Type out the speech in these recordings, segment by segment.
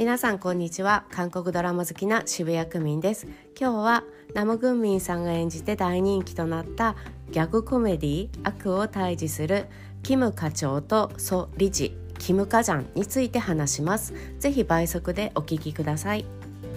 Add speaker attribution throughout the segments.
Speaker 1: 皆さんこんにちは。韓国ドラマ好きな渋谷区民です。今日はナム・グンミンさんが演じて大人気となったギャグコメディ悪を退治するキム課長とソ・リジキム・カジャンについて話します。ぜひ倍速でお聞きください。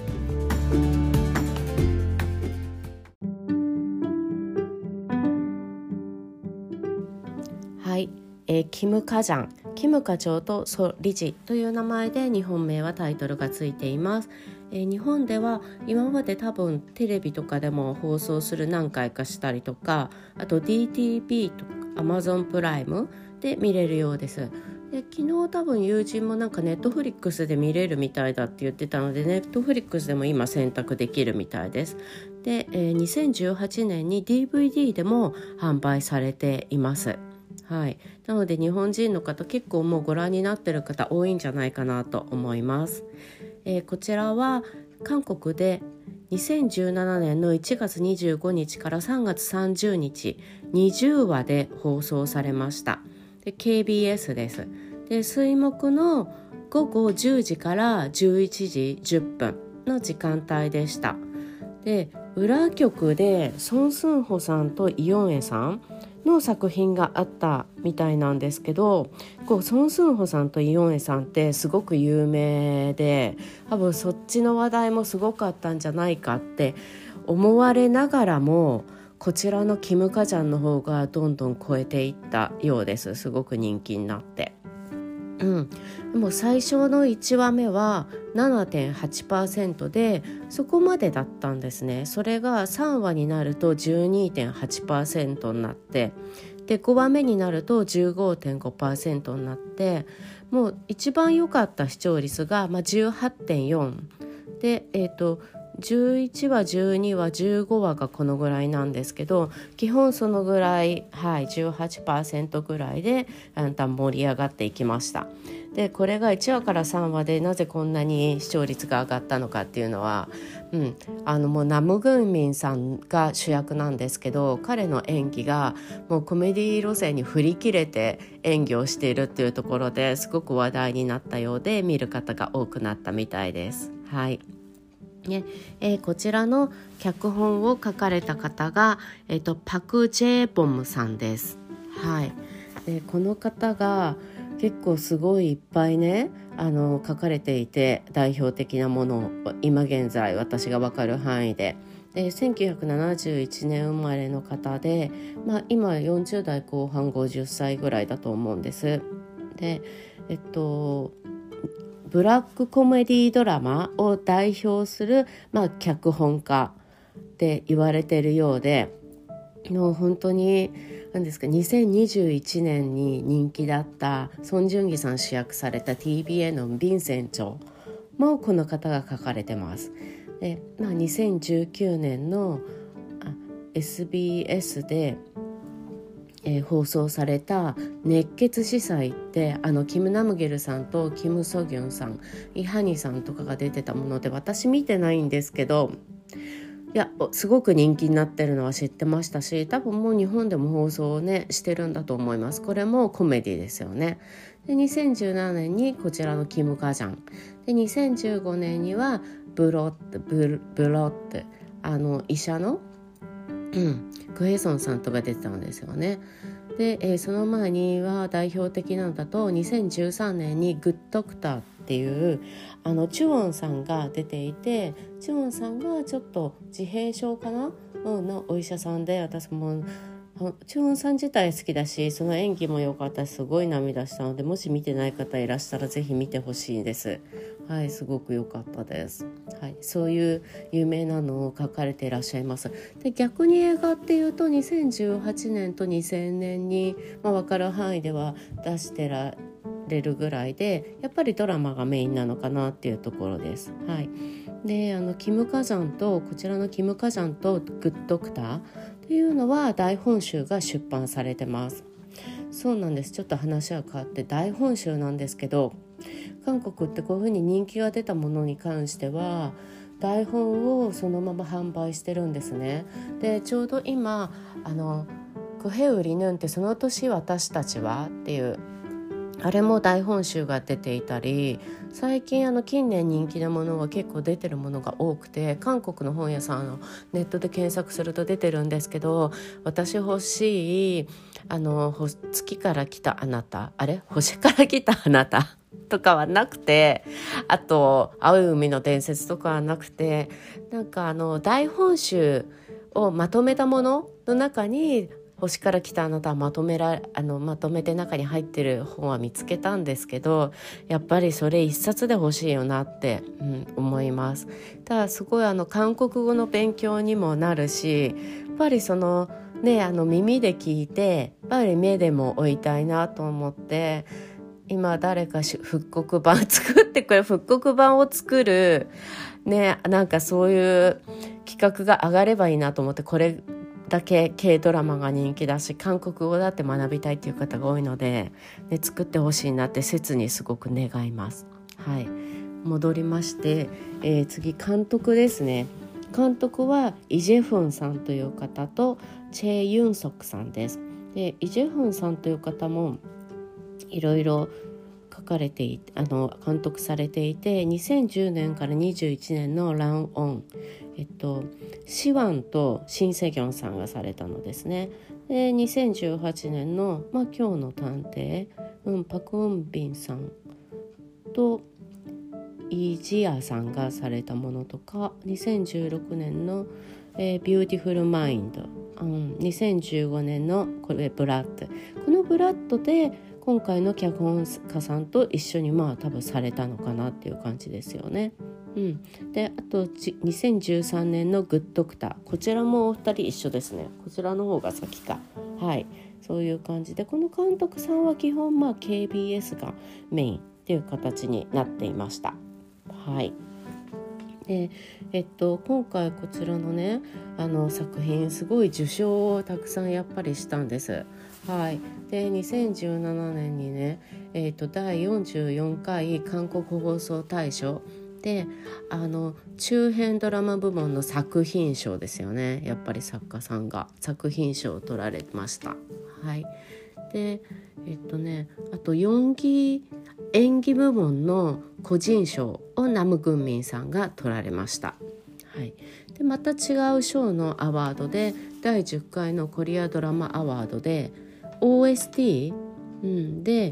Speaker 1: はい、キム・カジャン、キム課長とソ・リジという名前で日本名はタイトルがついています。日本では今まで多分テレビとかでも放送する何回かしたりとか、あと DTV とか Amazon プライムで見れるようです。で昨日多分友人もネットフリックスで見れるみたいだって言ってたので、ネットフリックスでも今選択できるみたいです。で、2018年に DVD でも販売されています。はい、なので日本人の方結構もうご覧になってる方多いんじゃないかなと思います。こちらは韓国で2017年の1月25日から3月30日20話で放送されました。で KBS です。で水木の午後10時から11時10分の時間帯でした。で裏局でソン・スンホさんとイヨンエさんの作品があったみたいなんですけど、ソン・スンホさんとイヨンエさんってすごく有名で、多分そっちの話題もすごかったんじゃないかって思われながらも、こちらのキム・カジャンの方がどんどん超えていったようです。すごく人気になって、でも最初の1話目は 7.8% でそこまでだったんですね。それが3話になると 12.8% になって、で5話目になると 15.5% になって、もう一番良かった視聴率が 18.4 で、11話12話15話がこのぐらいなんですけど、基本そのぐらい、18% ぐらいでだんだん盛り上がっていきました。でこれが1話から3話でなぜこんなに視聴率が上がったのかっていうのは、もうナム・グンミンさんが主役なんですけど、彼の演技がもうコメディ路線に振り切れて演技をしているっていうところですごく話題になったようで、見る方が多くなったみたいです。はいこちらの脚本を書かれた方が、パク・ジェボムさんです。でこの方が結構すごいいっぱいね書かれていて、代表的なものを今現在私が分かる範囲で、1971年生まれの方で、今40代後半50歳ぐらいだと思うんです。でブラックコメディドラマを代表する、脚本家って言われているようで、もう本当に2021年に人気だったソン・ジュンギさん主役された TBA のヴィンセンチョもこの方が書かれてます。で、2019年のSBS で放送された熱血司祭ってキム・ナムゲルさんとキム・ソギョンさん、イ・ハニさんとかが出てたもので、私見てないんですけど、すごく人気になってるのは知ってましたし、多分もう日本でも放送をしてるんだと思います。これもコメディですよね。で2017年にこちらのキム・カジャンで、2015年にはブロッテ医者のクヘソンさんとか出てたんですよね。で、その前には代表的なのだと2013年にグッドクターっていうチュウォンさんが出ていて、チュウォンさんがちょっと自閉症かなのお医者さんで、私もチュウォンさん自体好きだし、その演技も良かったし、すごい涙したので、もし見てない方いらしたらぜひ見てほしいです。すごく良かったです。そういう有名なのを書かれていらっしゃいます。で逆に映画っていうと2018年と2000年に、分かる範囲では出してられるぐらいで、やっぱりドラマがメインなのかなっていうところです。でキム・カジャンとこちらのキム・カジャンとグッドクターっていうのは大本集が出版されてます。そうなんです。ちょっと話は変わって大本集なんですけど、韓国ってこういうふうに人気が出たものに関しては台本をそのまま販売してるんですね。でちょうど今クヘウリヌンってその年私たちはっていうあれも大本集が出ていたり、最近近年人気なものは結構出てるものが多くて、韓国の本屋さんネットで検索すると出てるんですけど、私欲しい月から来たあなた、星から来たあなたとかはなくて、あと青い海の伝説とかはなくて、なんか大本集をまとめたものの中に星から来たあなたはまとめて中に入ってる本は見つけたんですけど、やっぱりそれ一冊で欲しいよなって、思います。ただすごい韓国語の勉強にもなるし、やっぱり耳で聞いて、やっぱり目でも追いたいなと思って、今誰か復刻版作ってくれ、復刻版を作るなんかそういう企画が上がればいいなと思って、これだけKドラマが人気だし韓国語だって学びたいっていう方が多いので、作ってほしいなって切にすごく願います。はい、戻りまして、次監督ですね。監督はイ・ジェフンさんという方とチェ・ユンソクさんです。でイ・ジェフンさんという方もいろいろ書かれて監督されていて、2010年から21年のランオン、シワンとシン・セギョンさんがされたのですね。で2018年の、今日の探偵、パク・ウンビンさんとイ・ジアさんがされたものとか、2016年の、ビューティフル・マインド、2015年のこれブラッド、このブラッドで今回の脚本家さんと一緒に多分されたのかなっていう感じですよね。であと2013年のグッドクター、こちらもお二人一緒ですね。こちらの方が先か。はい、そういう感じで、この監督さんは基本KBS がメインっていう形になっていました。はい。で今回こちらのね作品すごい受賞をたくさんやっぱりしたんです。はい、で2017年にね、第44回韓国放送大賞で中編ドラマ部門の作品賞ですよね。やっぱり作家さんが作品賞を取られました。はい、であと演技部門の個人賞をナム・グンミンさんが取られました。はい、でまた違う賞のアワードで第10回のコリアドラマアワードで OST、で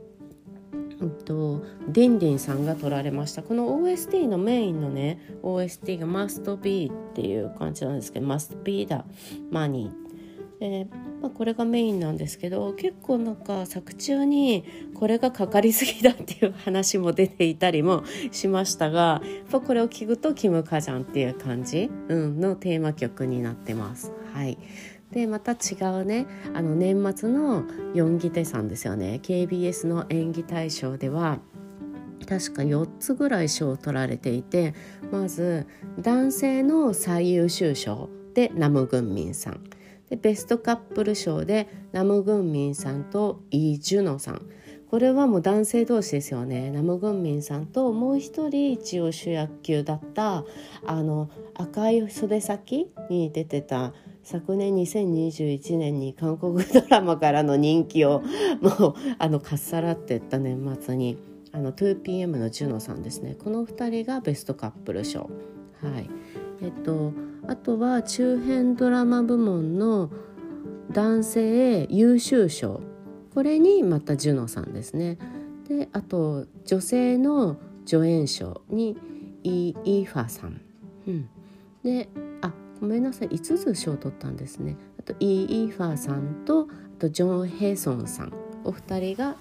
Speaker 1: ディンディンさんが取られました。この OST のメインのね OST が Must Be っていう感じなんですけど、 Must Be the Money、これがメインなんですけど、結構なんか作中にこれがかかりすぎだっていう話も出ていたりもしましたが、やっぱこれを聞くとキム・カジャンっていう感じ、のテーマ曲になってます。はい。でまた違うね年末のヨンギテさんですよね。 KBS の演技大賞では確か4つぐらい賞を取られていて、まず男性の最優秀賞でナム・グンミンさんで、ベストカップル賞でナム・グンミンさんとイ・ジュノさん、これはもう男性同士ですよね。ナム・グンミンさんともう一人一応主役級だった赤い袖先に出てた、昨年2021年に韓国ドラマからの人気をもうかっさらっていった年末に2PM のジュノさんですね。この2人がベストカップル賞。はい。あとは中編ドラマ部門の男性優秀賞、これにまたジュノさんですね。であと女性の助演賞にイファさん、でごめんなさい、5つ賞を取ったんですね。あとイファさんとあとジョン・ヘソンさん、お二人が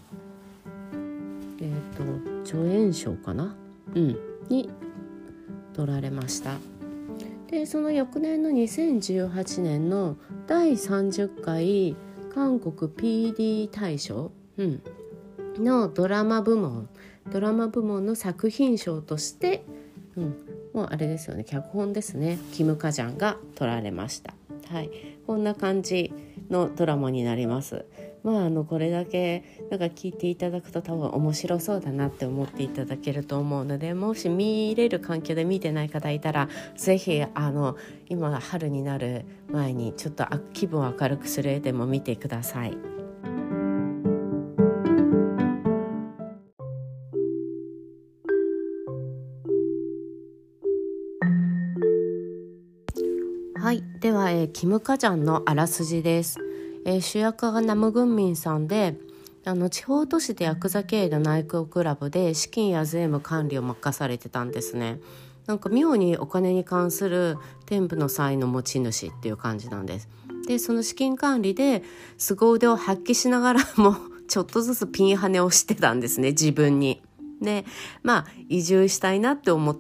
Speaker 1: 助演賞かな、に取られました。でその翌年の2018年の第30回韓国 PD 大賞、のドラマ部門の作品賞として、もうあれですよね、脚本ですね、キム・カジャンが取られました。はい、こんな感じのドラマになります。これだけなんか聞いていただくと多分面白そうだなって思っていただけると思うので、もし見れる環境で見てない方いたらぜひ今春になる前にちょっと気分を明るくする絵でも見てください。 はい、では、キム・カジャンのあらすじです。主役がナム・グンミンさんで、地方都市でヤクザ経営のナイトクラブで資金や税務管理を任されてたんですね。なんか妙にお金に関する天賦の才の持ち主っていう感じなんです。でその資金管理で凄腕を発揮しながらもちょっとずつピンハネをしてたんですね、自分に。で移住したいなって思って、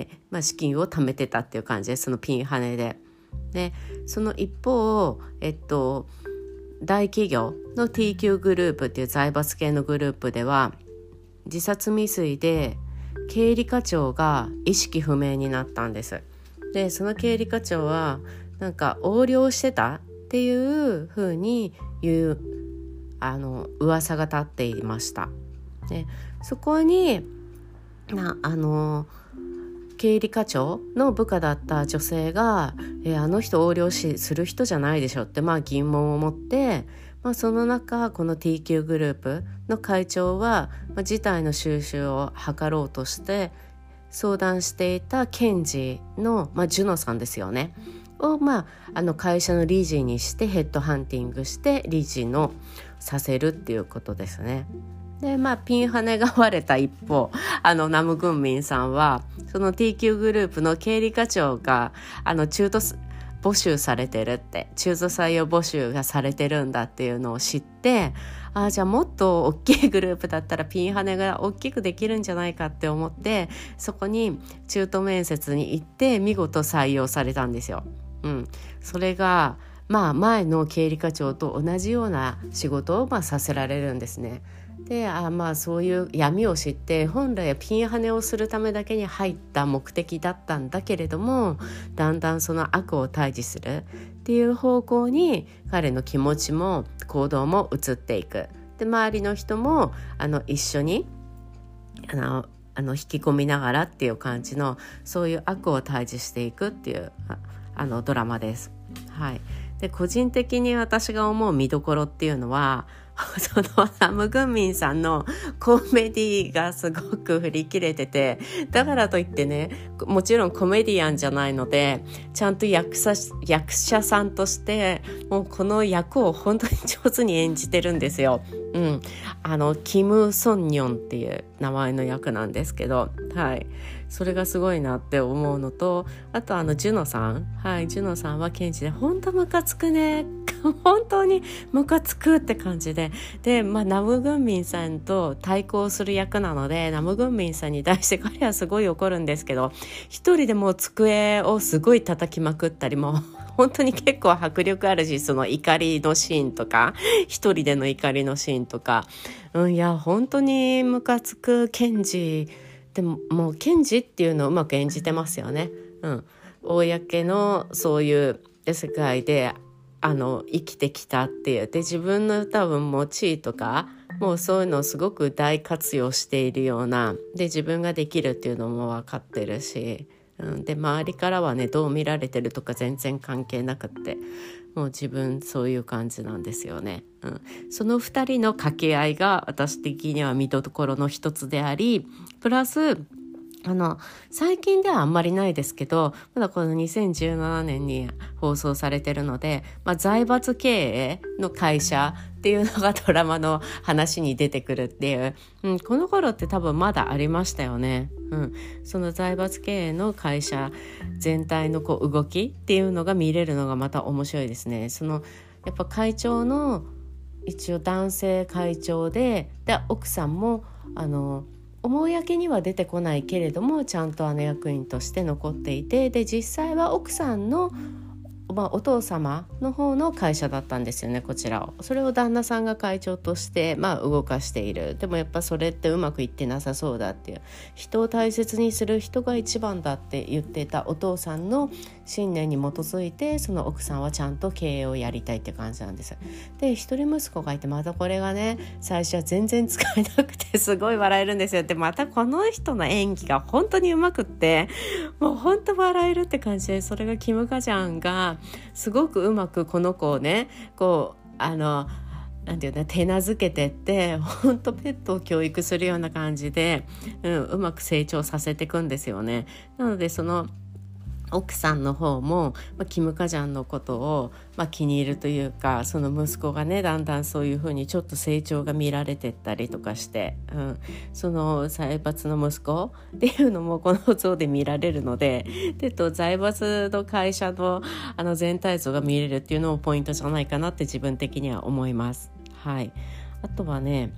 Speaker 1: 資金を貯めてたっていう感じです、そのピンハネで。でその一方、大企業の TQ グループっていう財閥系のグループでは自殺未遂で経理課長が意識不明になったんです。でその経理課長はなんか横領してたっていう風に言う噂が立っていました。でそこに経理課長の部下だった女性が、あの人横領する人じゃないでしょって疑問を持って、その中この TQ グループの会長は、事態の収拾を図ろうとして相談していた検事の、ジュノさんですよねを、会社の理事にしてヘッドハンティングして理事のさせるっていうことですね。でピンハネが割れた一方、ナム・グンミンさんはその TQ グループの経理課長が中途募集されてるって、中途採用募集がされてるんだっていうのを知って、じゃあもっと大きいグループだったらピンハネが大きくできるんじゃないかって思って、そこに中途面接に行って見事採用されたんですよ。それが前の経理課長と同じような仕事をさせられるんですね。でそういう闇を知って、本来はピンハネをするためだけに入った目的だったんだけれども、だんだんその悪を退治するっていう方向に彼の気持ちも行動も移っていく。で周りの人も一緒に引き込みながらっていう感じの、そういう悪を退治していくっていうドラマです。はい。で個人的に私が思う見どころっていうのはそのナム・グンミンさんのコメディがすごく振り切れてて、だからといってね、もちろんコメディアンじゃないので、ちゃんと役者さんとしてもうこの役を本当に上手に演じてるんですよ。キム・ソンニョンっていう名前の役なんですけど、はい、それがすごいなって思うのと、あとジュノさん、ジュノさんは検事で本当ムカつくね本当にムカつくって感じで、ナム・グンミンさんと対抗する役なので、ナム・グンミンさんに対して彼はすごい怒るんですけど、一人でもう机をすごい叩きまくったりも本当に結構迫力あるし、その怒りのシーンとか、一人での怒りのシーンとか、いや本当にムカつく検事でも、もう検事っていうのをうまく演じてますよね。公のそういう世界で生きてきたっていうで、自分の多分もう地位とかもうそういうのをすごく大活用しているようなで、自分ができるっていうのも分かってるし、で周りからはねどう見られてるとか全然関係なくって、もう自分そういう感じなんですよね。その2人の掛け合いが私的には見どころの一つであり、プラス最近ではあんまりないですけど、まだこの2017年に放送されてるので、財閥経営の会社っていうのがドラマの話に出てくるっていう、この頃って多分まだありましたよね。その財閥経営の会社全体の動きっていうのが見れるのがまた面白いですね。やっぱ会長の一応男性会長で奥さんも公には出てこないけれどもちゃんと役員として残っていて、で実際は奥さんの、お父様の方の会社だったんですよね、こちらを。それを旦那さんが会長として、動かしている。でもやっぱそれってうまくいってなさそうだっていう、人を大切にする人が一番だって言っていたお父さんの信念に基づいて、その奥さんはちゃんと経営をやりたいって感じなんです。で一人息子がいて、またこれがね最初は全然使えなくてすごい笑えるんですよ。でまたこの人の演技が本当にうまくって、もう本当笑えるって感じで、それがキム・カジャンがすごくうまくこの子をねなんていうの、手なずけてって本当ペットを教育するような感じで、うまく成長させていくんですよね。なのでその奥さんの方も、キム・カジャンのことを、気に入るというか、その息子がねだんだんそういう風にちょっと成長が見られてったりとかして、その財閥の息子っていうのもこの像で見られるので、財閥の会社の、全体像が見れるっていうのもポイントじゃないかなって自分的には思います。はい、あとはね、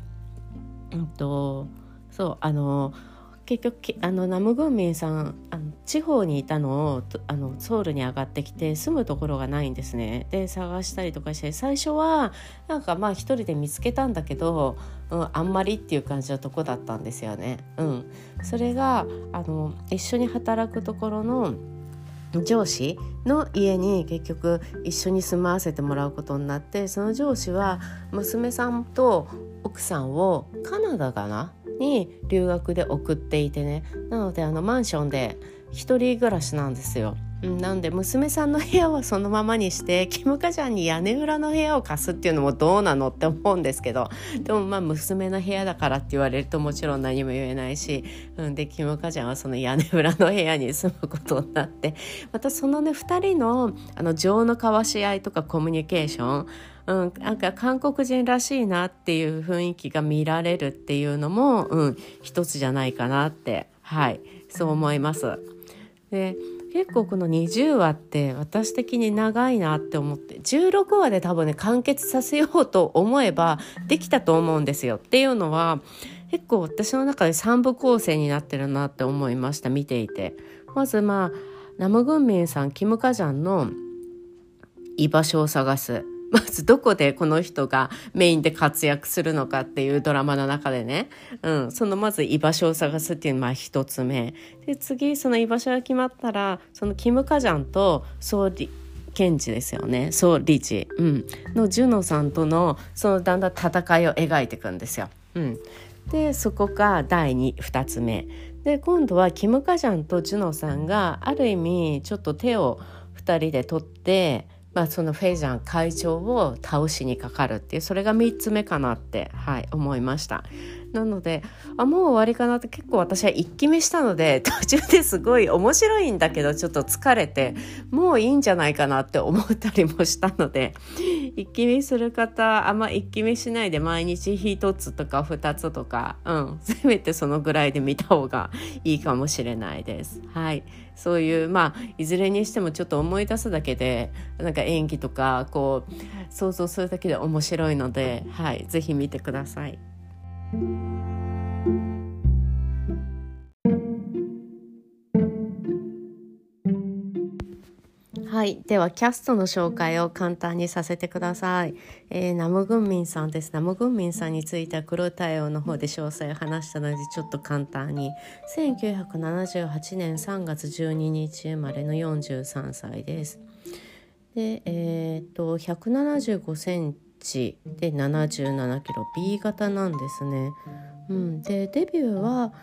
Speaker 1: 結局ナムグンミンさん地方にいたのをソウルに上がってきて住むところがないんですね。で探したりとかして、最初はなんか一人で見つけたんだけど、あんまりっていう感じのとこだったんですよね。それが一緒に働くところの上司の家に結局一緒に住まわせてもらうことになって、その上司は娘さんと奥さんをカナダかなに留学で送っていてね、なのでマンションで一人暮らしなんですよ。なんで娘さんの部屋はそのままにして、キム・カジャンに屋根裏の部屋を貸すっていうのもどうなのって思うんですけど、でも娘の部屋だからって言われるともちろん何も言えないし、でキム・カジャンはその屋根裏の部屋に住むことになって、またそのね2人の情の交わし合いとかコミュニケーション、なんか韓国人らしいなっていう雰囲気が見られるっていうのも、一つじゃないかなって、そう思います。で結構この20話って私的に長いなって思って、16話で多分ね完結させようと思えばできたと思うんですよ。っていうのは結構私の中で3部構成になってるなって思いました、見ていて。まずナムグンミンさん、キム・カジャンの居場所を探す、まずどこでこの人がメインで活躍するのかっていうドラマの中でね、そのまず居場所を探すっていうのが一つ目で、次その居場所が決まったら、そのキム・カジャンとソウ検事ですよね、ソウ理事、のジュノさんとのそのだんだん戦いを描いていくんですよ。でそこが第2つ目で、今度はキム・カジャンとジュノさんがある意味ちょっと手を2人で取って、そのフェイジャン会長を倒しにかかるっていう、それが3つ目かなって、思いました。なのでもう終わりかなって、結構私は一気見したので、途中ですごい面白いんだけどちょっと疲れてもういいんじゃないかなって思ったりもしたので、一気見する方一気見しないで毎日1つとか2つとか、せめてそのぐらいで見た方がいいかもしれないです。そういういずれにしてもちょっと思い出すだけでなんか演技とかこう想像するだけで面白いので、ぜひ見てください。ではキャストの紹介を簡単にさせてください。ナムグンミンさんです。ナムグンミンさんについては黒太陽の方で詳細を話したのでちょっと簡単に。1978年3月12日生まれの43歳です。で、175センチで77キロ B 型なんですね。でデビューは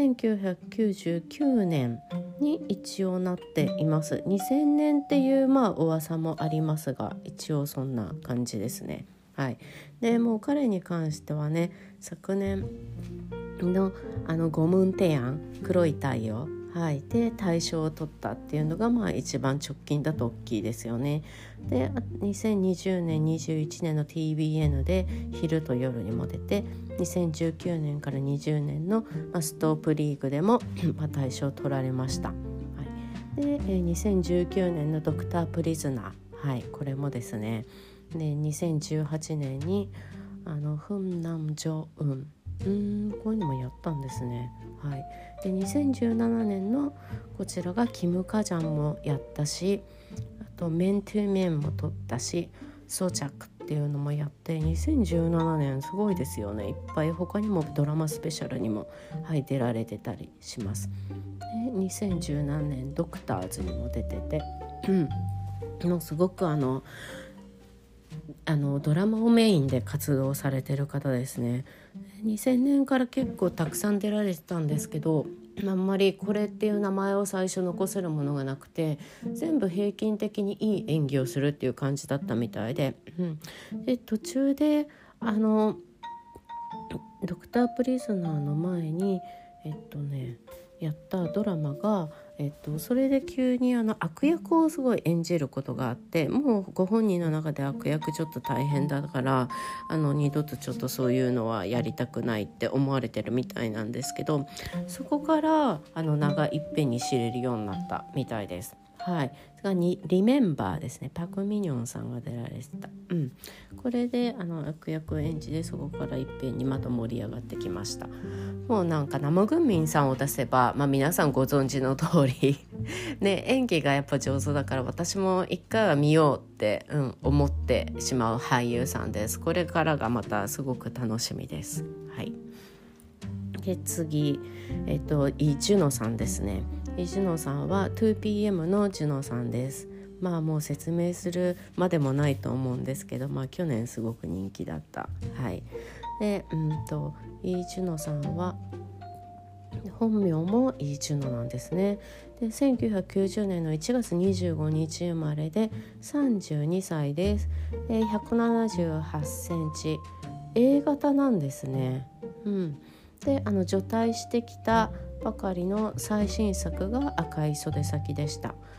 Speaker 1: 1999年に一応なっています。2000年っていう噂もありますが、一応そんな感じですね。でもう彼に関してはね、昨年のゴムンテヤン黒い太陽、で大賞を取ったっていうのが一番直近だと大きいですよね。で2020年21年の TBN で昼と夜にも出て、2019年から20年のストープリーグでも大賞を取られました。で2019年のドクタープリズナー、これもですね、で2018年にフンナムジョウンこういうのもやったんですね。で2017年のこちらがキム・カジャンもやったし、あとメントゥメンも撮ったし、ソチャクっていうのもやって、2017年すごいですよね。いっぱい他にもドラマスペシャルにも、出られてたりします。で2017年ドクターズにも出てて、すごくドラマをメインで活動されてる方ですね。2000年から結構たくさん出られてたんですけど、あんまりこれっていう名前を最初残せるものがなくて、全部平均的にいい演技をするっていう感じだったみたいで、で途中でドクタープリズナーの前にやったドラマが、 それで急に悪役をすごい演じることがあって、もうご本人の中で悪役ちょっと大変だから二度とちょっとそういうのはやりたくないって思われてるみたいなんですけど、そこから名がいっぺんに知れるようになったみたいです。はい、リメンバーですね。パク・ミニョンさんが出られてた、これで悪役を演じて、そこからいっぺんにまた盛り上がってきました。もうなんかナムグンミンさんを出せば、皆さんご存知の通りね、演技がやっぱ上手だから、私も一回は見ようって、思ってしまう俳優さんです。これからがまたすごく楽しみです。はい。で次、イ・ジュノさんですね。イ・ジュノさんは 2PM のジュノさんです。もう説明するまでもないと思うんですけど、去年すごく人気だった。はい。で、イ・ジュノさんは本名もイ・ジュノなんですね。で1990年の1月25日生まれで32歳です。で178センチ、A 型なんですね。で除隊してきたばかりの最新作が赤い袖先でした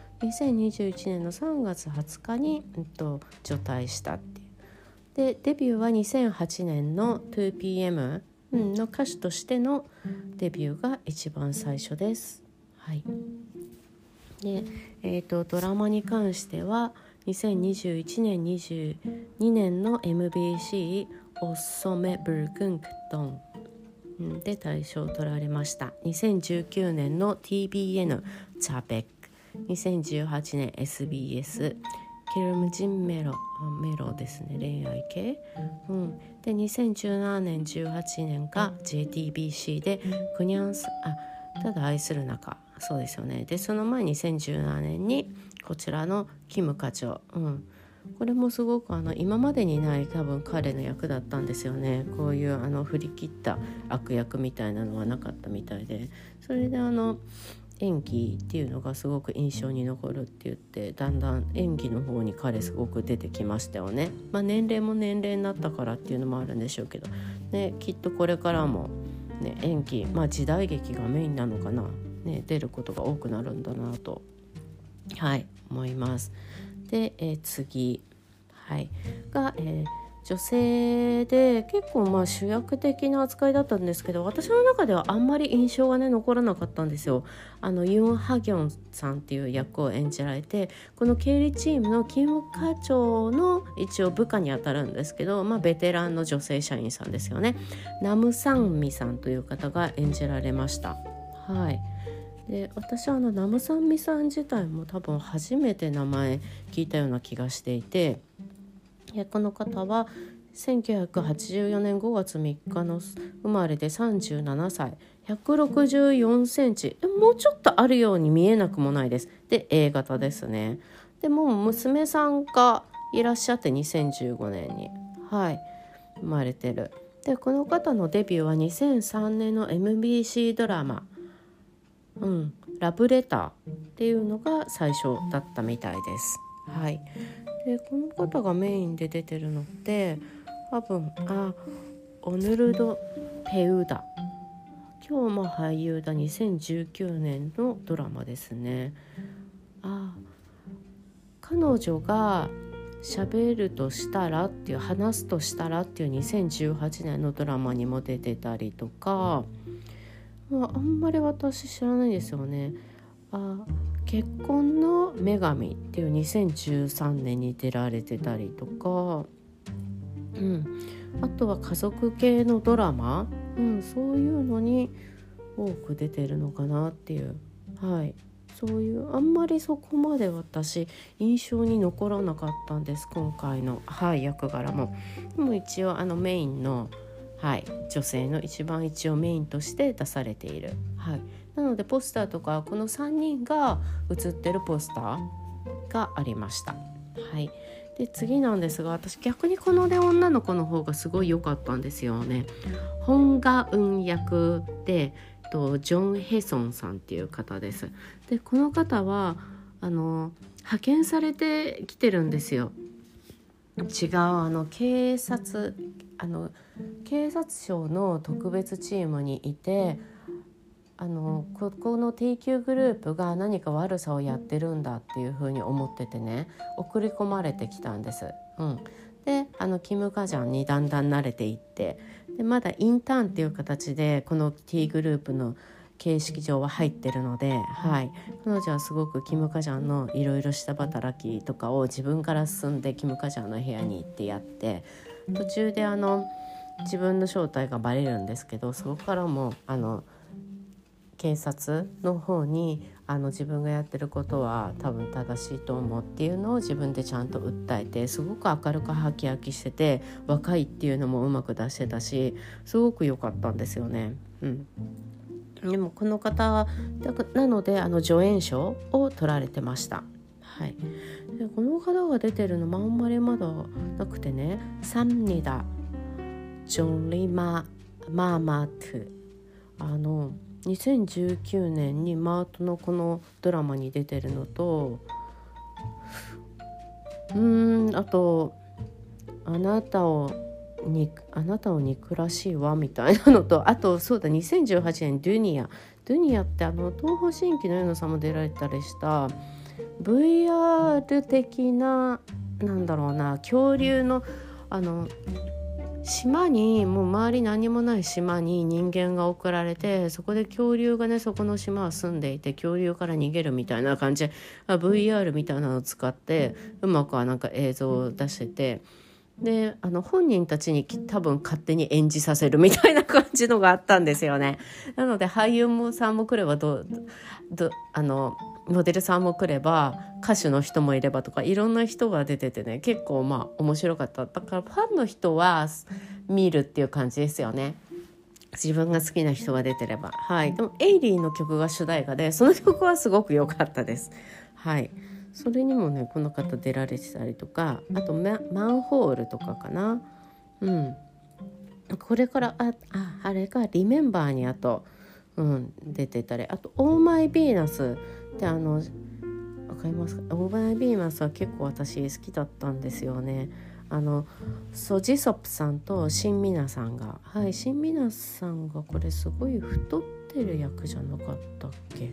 Speaker 1: 。2021年の3月20日に、除隊したっていう。でデビューは2008年の 2PM の歌手としてのデビューが一番最初です。はい。で、ドラマに関しては2021年22年の MBC オッソメブルクンクトンで大賞を取られました。2019年の TBN チャベック、2018年 SBS ケルムジンメロですね、恋愛系、で2017年18年が JTBC でクニャンスただ愛する中、そうですよね。でその前2017年にこちらのキム課長、これもすごく今までにない多分彼の役だったんですよね。こういう振り切った悪役みたいなのはなかったみたいで、それで演技っていうのがすごく印象に残るって言って、だんだん演技の方に彼すごく出てきましたよね。年齢も年齢になったからっていうのもあるんでしょうけどね、きっとこれからも、ね、演技、時代劇がメインなのかな、出ることが多くなるんだなと、思います。で、次、が、女性で結構主役的な扱いだったんですけど、私の中ではあんまり印象が残らなかったんですよ。ユン・ハギョンさんっていう役を演じられて、この経理チームのキム課長の一応部下にあたるんですけど、ベテランの女性社員さんですよね。ナム・サンミさんという方が演じられました。で私はナム・サンミさん自体も多分初めて名前聞いたような気がしていて、この方は1984年5月3日の生まれで37歳、164センチ、もうちょっとあるように見えなくもないです。で A 型ですね。でもう娘さんがいらっしゃって2015年に生まれてる。でこの方のデビューは2003年の MBC ドラマ、ラブレターっていうのが最初だったみたいです。でこの方がメインで出てるのって多分オヌルド・ペウダ、今日も俳優だ、2019年のドラマですね。彼女が喋るとしたらっていう、話すとしたらっていう2018年のドラマにも出てたりとか、あんまり私知らないんですよね。結婚の女神っていう2013年に出られてたりとか、あとは家族系のドラマ、そういうのに多く出てるのかなっていう、そういうあんまりそこまで私印象に残らなかったんです、今回の、役柄も。でも一応メインの、女性の一番一応メインとして出されている、なのでポスターとかこの3人が写ってるポスターがありました。で次なんですが、私逆にこの女の子の方がすごい良かったんですよね。ホンガウン役でジョン・ヘソンさんっていう方です。でこの方は派遣されてきてるんですよ。違う警察庁の特別チームにいて、 ここの T 級グループが何か悪さをやってるんだっていうふうに思っててね、送り込まれてきたんです。でキム・カジャンにだんだん慣れていって、でまだインターンっていう形でこの T グループの形式上は入ってるので、彼女はすごくキム・カジャンのいろいろ下働きとかを自分から進んでキム・カジャンの部屋に行ってやって、途中で自分の正体がバレるんですけど、そこからも警察の方に自分がやってることは多分正しいと思うっていうのを自分でちゃんと訴えて、すごく明るくハキハキしてて、若いっていうのもうまく出してたし、すごく良かったんですよね。でもこの方なので助演賞を取られてました。でこの方が出てるのもあんまりまだなくてね、サムニダジョンリママーマート、2019年にマートのこのドラマに出てるのと、あとあなたを憎らしいわみたいなのと、あとそうだ2018年ドゥニアって東方神起の上野さんも出られたりした VR 的な、なんだろうな、恐竜の島に、もう周り何もない島に人間が送られて、そこで恐竜がね、そこの島は住んでいて、恐竜から逃げるみたいな感じで VR みたいなのを使ってうまくなんか映像を出してて、で本人たちに多分勝手に演じさせるみたいな感じのがあったんですよね。なので俳優さんも来ればモデルさんも来れば歌手の人もいればとか、いろんな人が出ててね、結構面白かった。だからファンの人は見るっていう感じですよね、自分が好きな人が出てれば。でもエイリーの曲が主題歌で、その曲はすごく良かったです。それにもねこの方出られてたりとか、あとマンホールとかかな。これからあれがリメンバーに出てたり、あとオーマイビーナスってわかりますか？オーマイビーナスは結構私好きだったんですよね。ソジソプさんとシンミナさんが、シンミナさんがこれすごい太ってる役じゃなかったっけ？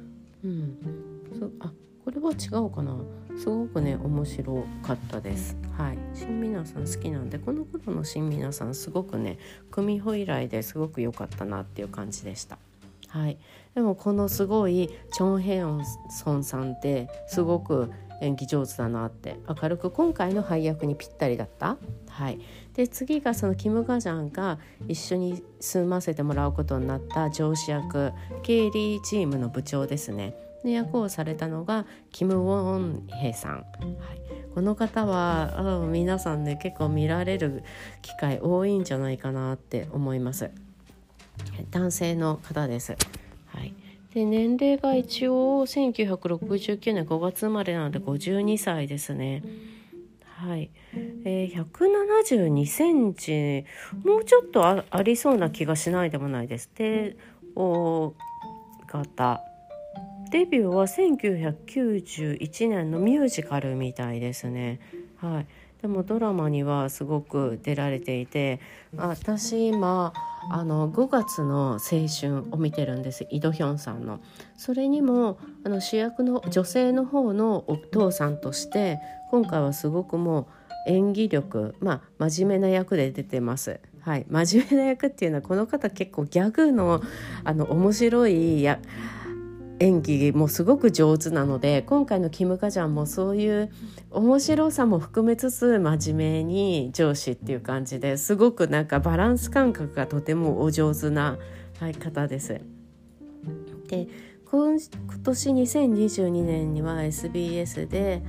Speaker 1: これは違うかな。すごくね面白かったです。新皆さん好きなんで、この頃の新皆さんすごくねクミホ以来ですごく良かったなっていう感じでした。でもこのすごいチョンヘヨンソンさんってすごく演技上手だなって、明るく今回の配役にぴったりだった。で次がそのキム・ガジャンが一緒に住ませてもらうことになった上司役、経理チームの部長ですねの役をされたのがキム・ウォンヘさん。この方は皆さんね結構見られる機会多いんじゃないかなって思います。男性の方です。で年齢が一応1969年5月生まれなので52歳ですね。172センチ、もうちょっと ありそうな気がしないでもないです。でO型デビューは1991年のミュージカルみたいですね。でもドラマにはすごく出られていて、私今5月の青春を見てるんです。イドヒョンさんの。それにも主役の女性の方のお父さんとして今回はすごくもう演技力、真面目な役で出てます。真面目な役っていうのはこの方結構ギャグの面白い演技もすごく上手なので、今回のキム・カジャンもそういう面白さも含めつつ真面目に上司っていう感じで、すごくなんかバランス感覚がとてもお上手な、方です。で今年2022年には SBS で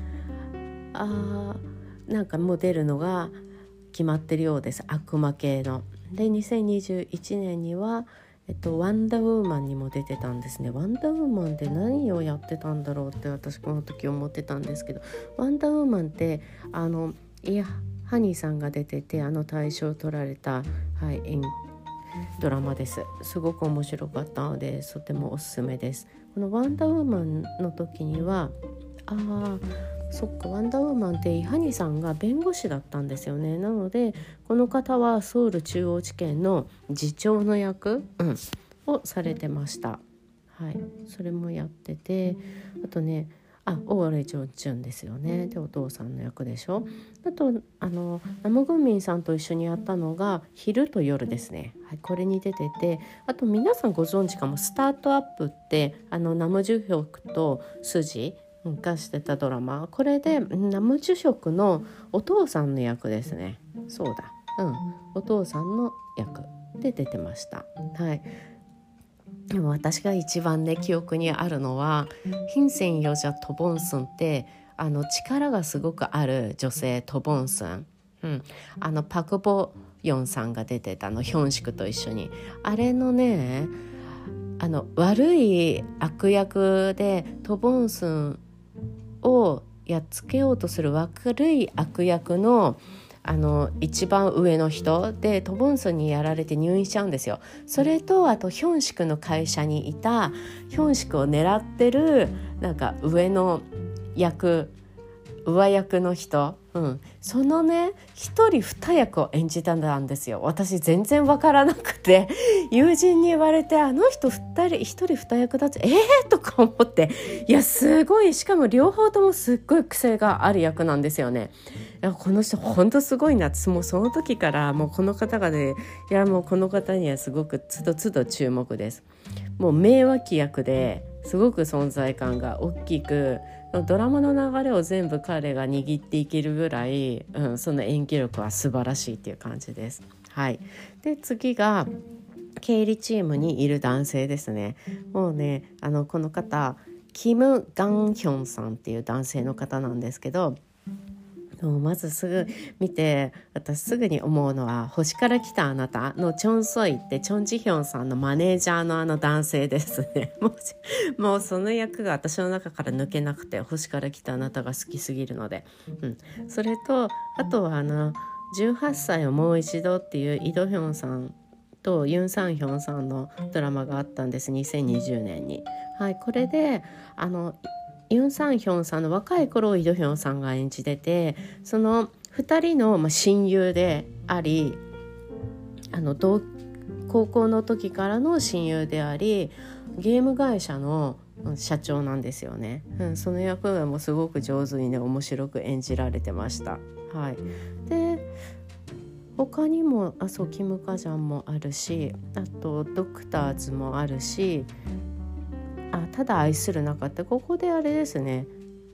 Speaker 1: なんかもう出るのが決まってるようです。悪魔系の。で2021年にはワンダーウーマンにも出てたんですね。ワンダーウーマンって何をやってたんだろうって私この時思ってたんですけど、ワンダーウーマンってハニーさんが出てて大賞を取られた、ドラマです。すごく面白かったのでとてもおすすめです。このワンダーウーマンの時にはワンダーウーマンってイ・ハニさんが弁護士だったんですよね。なのでこの方はソウル中央地検の次長の役、 をされてました。はい、それもやってて、あとねオーレジョンチュンですよね。でお父さんの役でしょ。あとナムグンミンさんと一緒にやったのが昼と夜ですね、はい、これに出てて、あと皆さんご存知かも、スタートアップってナムジュヒョクとスジがしてたドラマ、これでナムジュヒョクのお父さんの役ですね。そうだ、お父さんの役で出てました。はい。でも私が一番ね記憶にあるのはヒンセンヨジャトボンスンって力がすごくある女性トボンスン、パクボヨンさんが出てたヒョンシクと一緒に、あれのね悪い悪役でトボンスンをやっつけようとする悪い悪役の一番上の人でトボンソンにやられて入院しちゃうんですよ。それとあとヒョンシクの会社にいたヒョンシクを狙ってるなんか上役の人、そのね一人二役を演じたんですよ。私全然わからなくて友人に言われて、あの人一人二役だってとか思って、いやすごい、しかも両方ともすっごい癖がある役なんですよね。いやこの人本当すごいなって、もうその時からもうこの方がね、いやもうこの方にはすごくつどつど注目です。もう名脇役ですごく存在感が大きく、ドラマの流れを全部彼が握っていけるぐらい、その演技力は素晴らしいっていう感じです。はい。で次が経理チームにいる男性ですね。もうねこの方キム・ガンヒョンさんっていう男性の方なんですけど、まずすぐ見て私すぐに思うのは星から来たあなたのチョンソイってチョンジヒョンさんのマネージャーの男性ですね。もうその役が私の中から抜けなくて、星から来たあなたが好きすぎるので、それとあとは18歳をもう一度っていうイドヒョンさんとユン・サンヒョンさんのドラマがあったんです、2020年に。はい、これでユン・サンヒョンさんの若い頃をイドヒョンさんが演じてて、その2人の親友であり高校の時からの親友でありゲーム会社の社長なんですよね。その役がもうすごく上手にね面白く演じられてました。はい、で他にもキム・カジャンもあるし、あとドクターズもあるし、ただ愛する中ってここであれですね、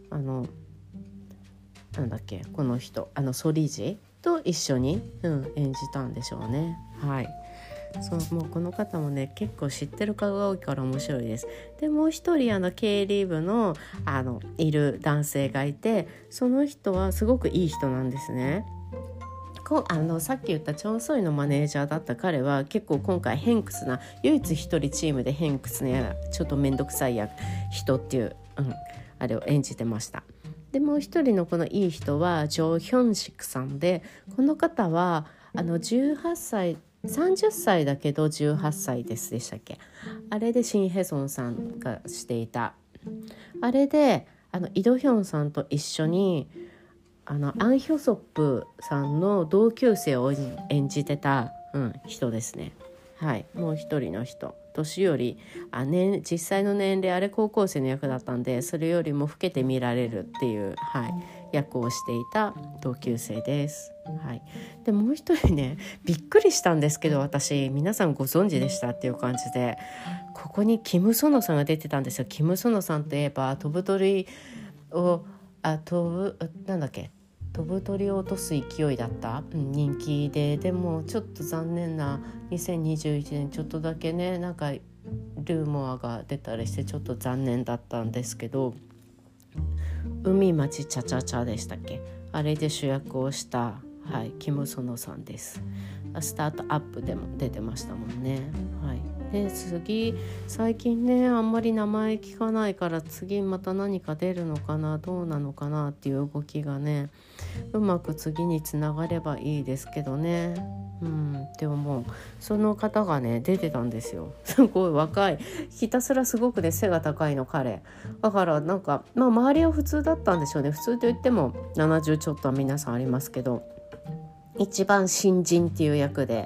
Speaker 1: なんだっけこの人ソリジと一緒に、演じたんでしょうね。はい。もうこの方もね結構知ってる顔が多いから面白いです。でもう一人経理部のいる男性がいて、その人はすごくいい人なんですね。さっき言ったチョンソイのマネージャーだった彼は結構今回偏屈な、唯一一人チームで偏屈なちょっと面倒くさい人っていう、あれを演じてました。でもう一人のこのいい人はジョ・ヒョンシクさんで、この方は18歳30歳だけど18歳でしたっけ、あれでシン・ヘソンさんがしていたあれでイドヒョンさんと一緒にアン・ヒョソップさんの同級生を演じてた、人ですね。はい、もう一人の人、年より実際の年齢あれ高校生の役だったんで、それよりも老けて見られるっていう、役をしていた同級生です。はい、でもう一人ねびっくりしたんですけど、私皆さんご存知でしたっていう感じで、ここにキム・ソノさんが出てたんですよ。キム・ソノさんといえば飛ぶ鳥を飛ぶ鳥を落とす勢いだった、人気でもちょっと残念な2021年ちょっとだけねなんかルーモアが出たりしてちょっと残念だったんですけど、海町チャチャチャでしたっけ、あれで主役をした、キム・ソノさんです。スタートアップでも出てましたもんね。で次最近ねあんまり名前聞かないから、次また何か出るのかなどうなのかなっていう動きがねうまく次につながればいいですけどね。でももうその方がね出てたんですよ。すごい若い、ひたすらすごくね背が高いの彼だからなんか、周りは普通だったんでしょうね。普通といっても70ちょっとは皆さんありますけど、一番新人っていう役で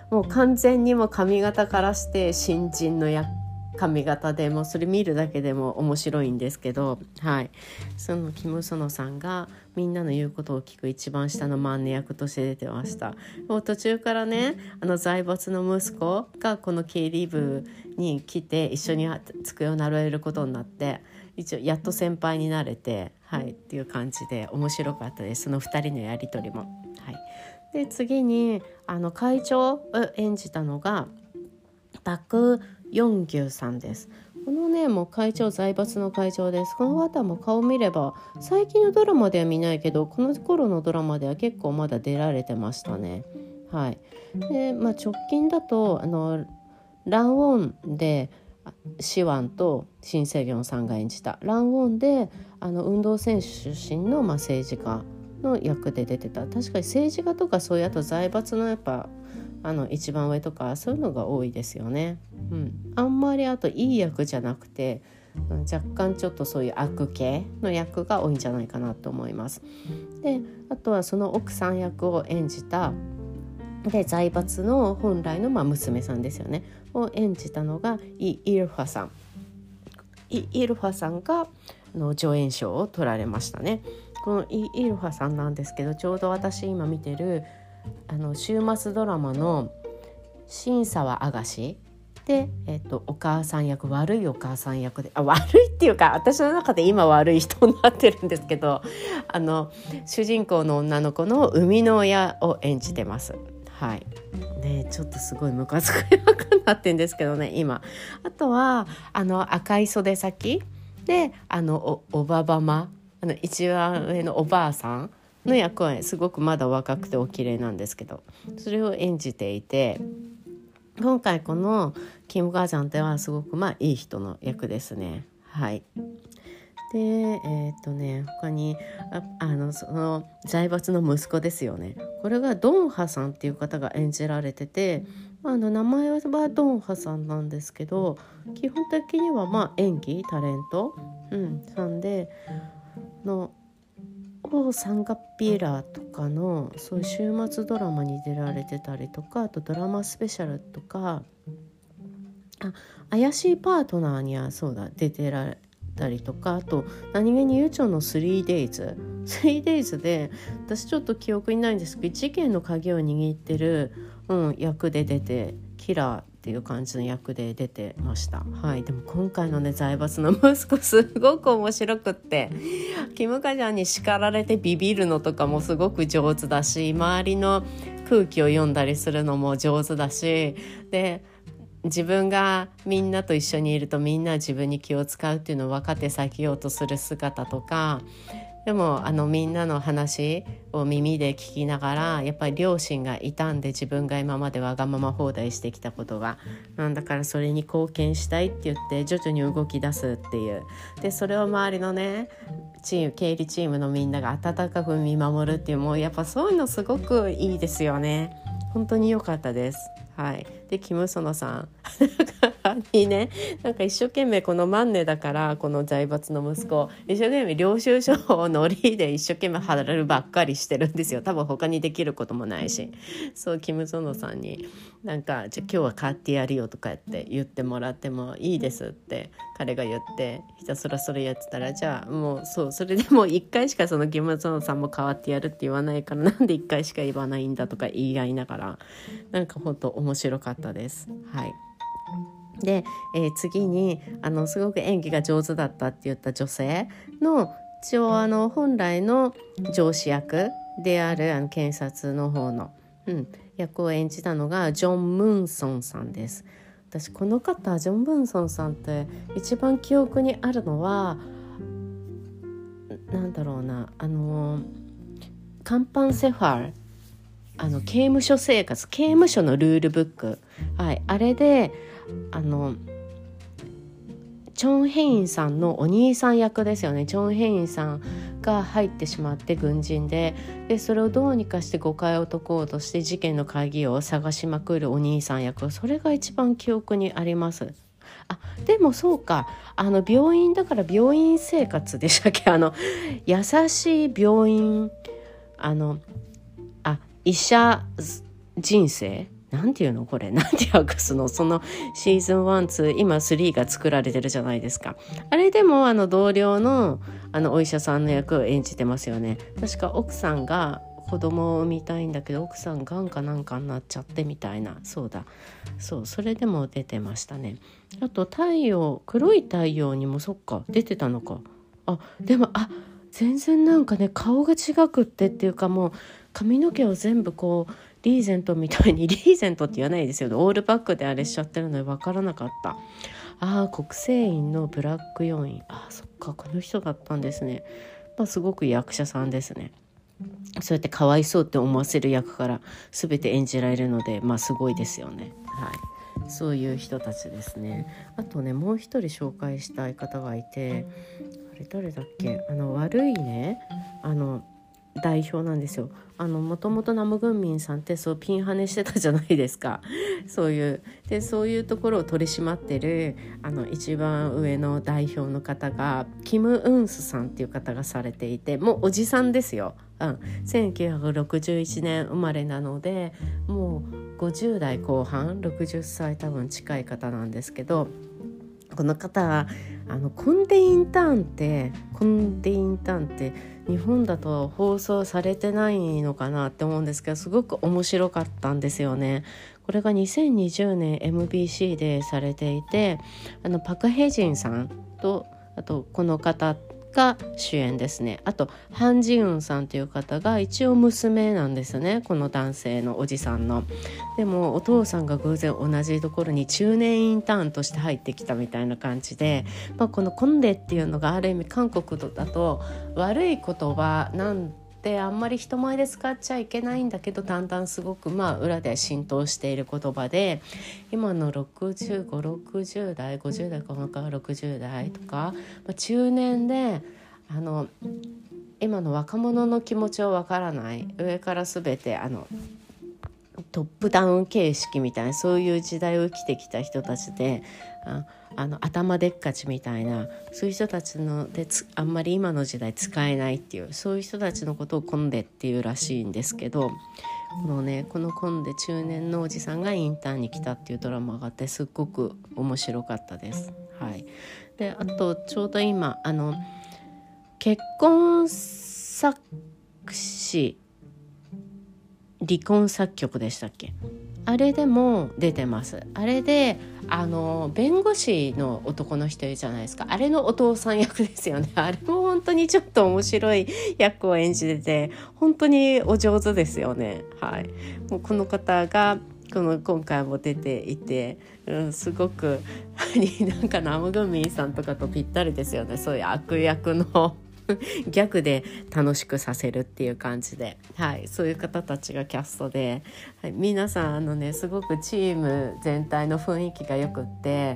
Speaker 1: もう完全にも髪型からして新人の髪型でもうそれ見るだけでも面白いんですけど、はい、そのキム・ソノさんがみんなの言うことを聞く一番下のマンネ役として出てました。もう途中からね、財閥の息子がこの経理部に来て一緒に机を並べることになって、一応やっと先輩になれて、はい、っていう感じで面白かったです、その2人のやり取りも。はい、で次に会長を演じたのがパク・ヨンギュさんです。このねもう財閥の会長です。この方も顔見れば最近のドラマでは見ないけど、この頃のドラマでは結構まだ出られてましたね。はい。で、直近だとランウォンでシワンとシン・セギョンさんが演じたランウォンで運動選手出身の政治家の役で出てた。確かに政治家とかそういうあと財閥のやっぱ一番上とかそういうのが多いですよね。あんまりあといい役じゃなくて若干ちょっとそういう悪系の役が多いんじゃないかなと思います。であとはその奥さん役を演じたで財閥の本来の娘さんですよねを演じたのがイ・ルファさん。イ・ルファさんが助演賞を取られましたね。このイ・ルファさんなんですけど、ちょうど私今見てる週末ドラマの新沢あがしで、お母さん役、悪いお母さん役で、悪いっていうか私の中で今悪い人になってるんですけど、主人公の女の子の生みの親を演じてます。はいね、ちょっとすごいムカつく役になってるんですけどね今。あとは赤い袖先でおばばま一番上のおばあさんの役はすごくまだ若くてお綺麗なんですけど、それを演じていて、今回このキム・ガジャンではすごくいい人の役ですね。はい。で他にその財閥の息子ですよね。これがドンハさんっていう方が演じられてて、名前はドンハさんなんですけど、基本的には演技タレント、さんでオーサンガピーラーとかのそういう週末ドラマに出られてたりとか、あとドラマスペシャルとか、怪しいパートナーには出てられたりとか、あと何気にユチョの 3days で私ちょっと記憶にないんですけど、事件の鍵を握ってる、役で出て、キラーっていう感じの役で出てました。はい。でも今回のね財閥の息子すごく面白くって、キム・カジャンに叱られてビビるのとかもすごく上手だし、周りの空気を読んだりするのも上手だし、で自分がみんなと一緒にいるとみんな自分に気を使うっていうのを分かって避けようとする姿とか、でもみんなの話を耳で聞きながら、やっぱり両親がいたんで自分が今までわがまま放題してきたことがだからそれに貢献したいって言って徐々に動き出すっていう。でそれを周りのね経理チームのみんなが温かく見守るっていう、もうやっぱそういうのすごくいいですよね。本当に良かったです。はい。でキム・ソノさんにね、一生懸命このマンネだからこの財閥の息子一生懸命領収書をノリで一生懸命貼られるばっかりしてるんですよ。多分他にできることもないし、そうキム・ソノさんにじゃあ今日は買ってやるよとか言ってもらってもいいですって彼が言って、ひたすらそれやってたら、じゃあもうそれでも1回しかそのキム・ソノさんも変わってやるって言わないから、なんで1回しか言わないんだとか言い合いながら、本当面白かったです。はい。で、次にすごく演技が上手だったって言った女性の一応本来の上司役である検察の方の、役を演じたのがジョン・ムンソンさんです。私この方ジョン・ムンソンさんって一番記憶にあるのはカンパンセファル刑務所生活、刑務所のルールブック、はい、あれでチョン・ヘインさんのお兄さん役ですよね。チョン・ヘインさんが入ってしまって軍人でそれをどうにかして誤解を解こうとして事件の鍵を探しまくるお兄さん役、それが一番記憶にあります。でもそうか、病院だから病院生活でしたっけ、優しい病院医者人生なんていうのこれ、なんて訳すの、そのシーズン1、2、今3が作られてるじゃないですか。あれでも同僚のお医者さんの役を演じてますよね。確か奥さんが子供を産みたいんだけど、奥さんがんかなんかになっちゃってみたいな、そうだ、それでも出てましたね。あと黒い太陽にもそっか出てたのか。でも全然なんかね、顔が違くっていうか、もう髪の毛を全部こうリーゼントみたいに、リーゼントって言わないですよね、オールバックであれしちゃってるので分からなかった。国生院のブラック要員、そっか、この人だったんですね。すごく役者さんですね。そうやってかわいそうって思わせる役から全て演じられるので、すごいですよね。そういう人たちですね。あとね、もう一人紹介したい方がいて、あれ誰だっけ、悪いね、代表なんですよ。もともとナムグンミンさんってピンハネしてたじゃないですか。そういうところを取り締まってる一番上の代表の方がキム・ウンスさんっていう方がされていて、もうおじさんですよ。1961年生まれなので、もう50代後半、60歳多分近い方なんですけど、この方はコンデインターンって日本だと放送されてないのかなって思うんですけど、すごく面白かったんですよね。これが2020年 MBC でされていて、パク・ヘジンさんと、あとこの方が主演ですね。あとハン・ジウンさんという方が一応娘なんですね、この男性のおじさんの。でもお父さんが偶然同じところに中年インターンとして入ってきたみたいな感じで、このコンデっていうのがある意味韓国だと悪い言葉なんで、あんまり人前で使っちゃいけないんだけど、だんだんすごく裏で浸透している言葉で、今の65、60代、50代か60代とか、中年で今の若者の気持ちをわからない、上から全てトップダウン形式みたいな、そういう時代を生きてきた人たちで、頭でっかちみたいな、そういう人たちのであんまり今の時代使えないっていう、そういう人たちのことをコンデっていうらしいんですけど、このコンデ、中年のおじさんがインターンに来たっていうドラマがあって、すっごく面白かったです。で、あとちょうど今結婚作詞離婚作曲でしたっけ、あれでも出てます。あれで弁護士の男の人いるじゃないですか、あれのお父さん役ですよね。あれも本当にちょっと面白い役を演じてて、本当にお上手ですよね。もうこの方が今回も出ていて、すごくなんかナムグンミンさんとかとぴったりですよね。そういう悪役のギャグで楽しくさせるっていう感じで、そういう方たちがキャストで、皆さんすごくチーム全体の雰囲気がよくって、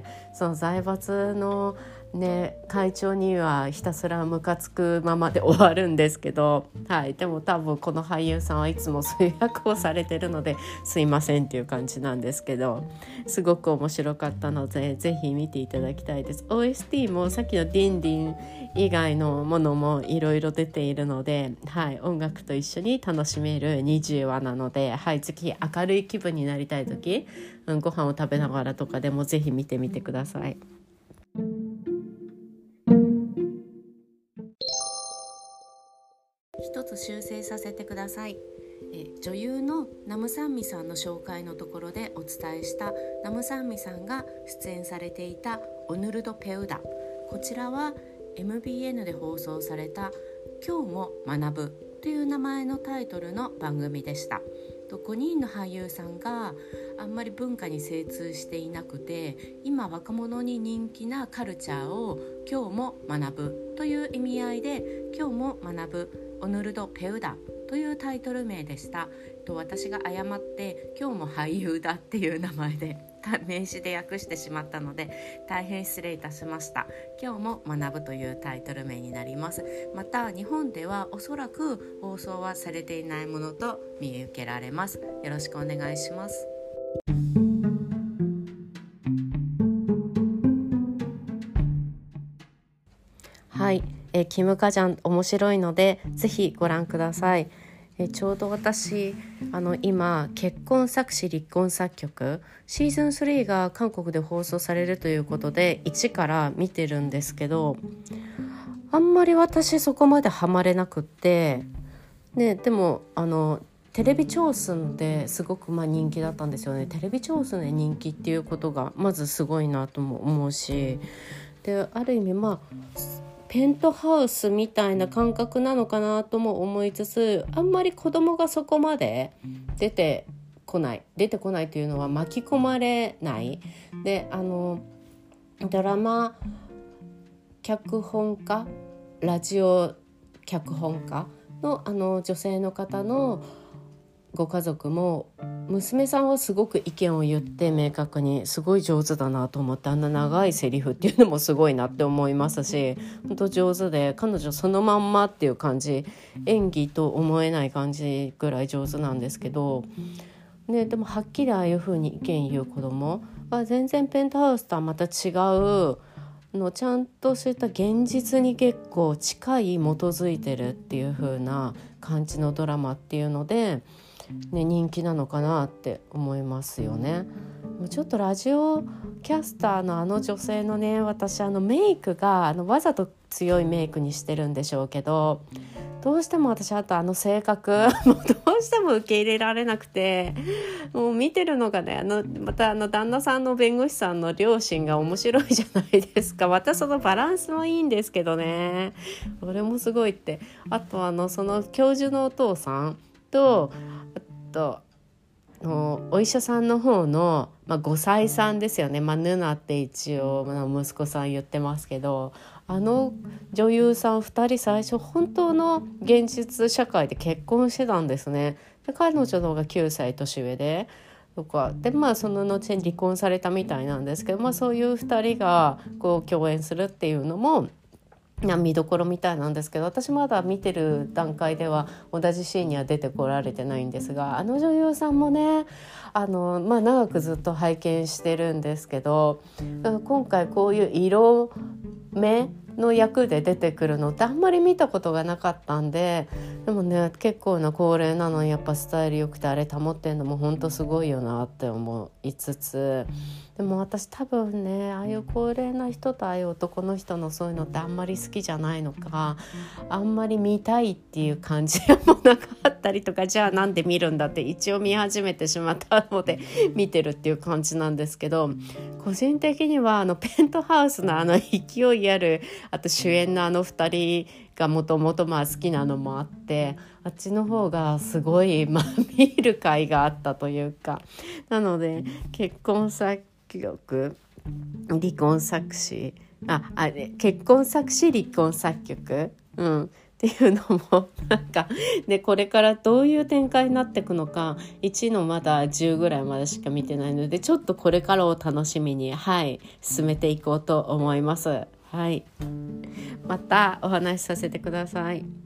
Speaker 1: その財閥の会長にはひたすらムカつくままで終わるんですけど、でも多分この俳優さんはいつもそういう役をされてるのですいませんっていう感じなんですけど、すごく面白かったのでぜひ見ていただきたいです。 OST もさっきのディンディン以外のものもいろいろ出ているので、音楽と一緒に楽しめる20話なので、ぜひ明るい気分になりたい時、ご飯を食べながらとかでもぜひ見てみてください。一つ修正させてください。女優のナムサンミさんの紹介のところでお伝えしたナムサンミさんが出演されていたオヌルドペウダ、こちらは MBN で放送された今日も学ぶという名前のタイトルの番組でした。5人の俳優さんがあんまり文化に精通していなくて、今若者に人気なカルチャーを今日も学ぶという意味合いで今日も学ぶオヌルドペウダというタイトル名でした。私が誤って今日も俳優だっていう名前で名詞で訳してしまったので大変失礼いたしました。今日も学ぶというタイトル名になります。また日本ではおそらく放送はされていないものと見受けられます。よろしくお願いします。キムカジャン面白いのでぜひご覧ください。 ちょうど私今結婚作詞離婚作曲シーズン3が韓国で放送されるということで1から見てるんですけど、あんまり私そこまでハマれなくって、ね、でもテレビ朝鮮ですごく人気だったんですよね。テレビ朝鮮で人気っていうことがまずすごいなとも思うし、である意味ペントハウスみたいな感覚なのかなとも思いつつ、あんまり子供がそこまで出てこないというのは巻き込まれないで、ドラマ脚本家ラジオ脚本家の女性の方のご家族も娘さんはすごく意見を言って明確にすごい上手だなと思って、あんな長いセリフっていうのもすごいなって思いますし、本当上手で彼女そのまんまっていう感じ、演技と思えない感じぐらい上手なんですけど、ね、でもはっきりああいう風に意見言う子供は全然ペントハウスとはまた違うの、ちゃんとそういった現実に結構近い基づいてるっていう風な感じのドラマっていうので人気なのかなって思いますよね。ちょっとラジオキャスターの女性のね、私メイクがわざと強いメイクにしてるんでしょうけど、どうしても私あと性格もうどうしても受け入れられなくて、もう見てるのがねまた旦那さんの弁護士さんの両親が面白いじゃないですか。またそのバランスもいいんですけどね、これもすごいって。あとその教授のお父さんとお医者さんの方の、5歳さんですよね、ヌナって一応息子さん言ってますけど、女優さん2人最初本当の現実社会で結婚してたんですね。で彼女の方が9歳年上でとかで、その後に離婚されたみたいなんですけど、そういう2人がこう共演するっていうのも見どころみたいなんですけど、私まだ見てる段階では同じシーンには出てこられてないんですが、女優さんもね長くずっと拝見してるんですけど、今回こういう色目の役で出てくるのってあんまり見たことがなかったんで、でもね結構な高齢なのにやっぱスタイル良くてあれ保ってんのも本当すごいよなって思いつつ、でも私多分ねああいう高齢な人とああいう男の人のそういうのってあんまり好きじゃないのか、あんまり見たいっていう感じもなかったりとか、じゃあなんで見るんだって一応見始めてしまったので見てるっていう感じなんですけど、個人的にはペントハウスの勢いあるあと主演の2人がもともと好きなのもあって、あっちの方がすごい見る甲斐があったというか、なので結婚作曲離婚作詞結婚作詞離婚作曲、っていうのもこれからどういう展開になっていくのか、1のまだ10ぐらいまでしか見てないので、ちょっとこれからを楽しみに進めていこうと思います。またお話しさせてください。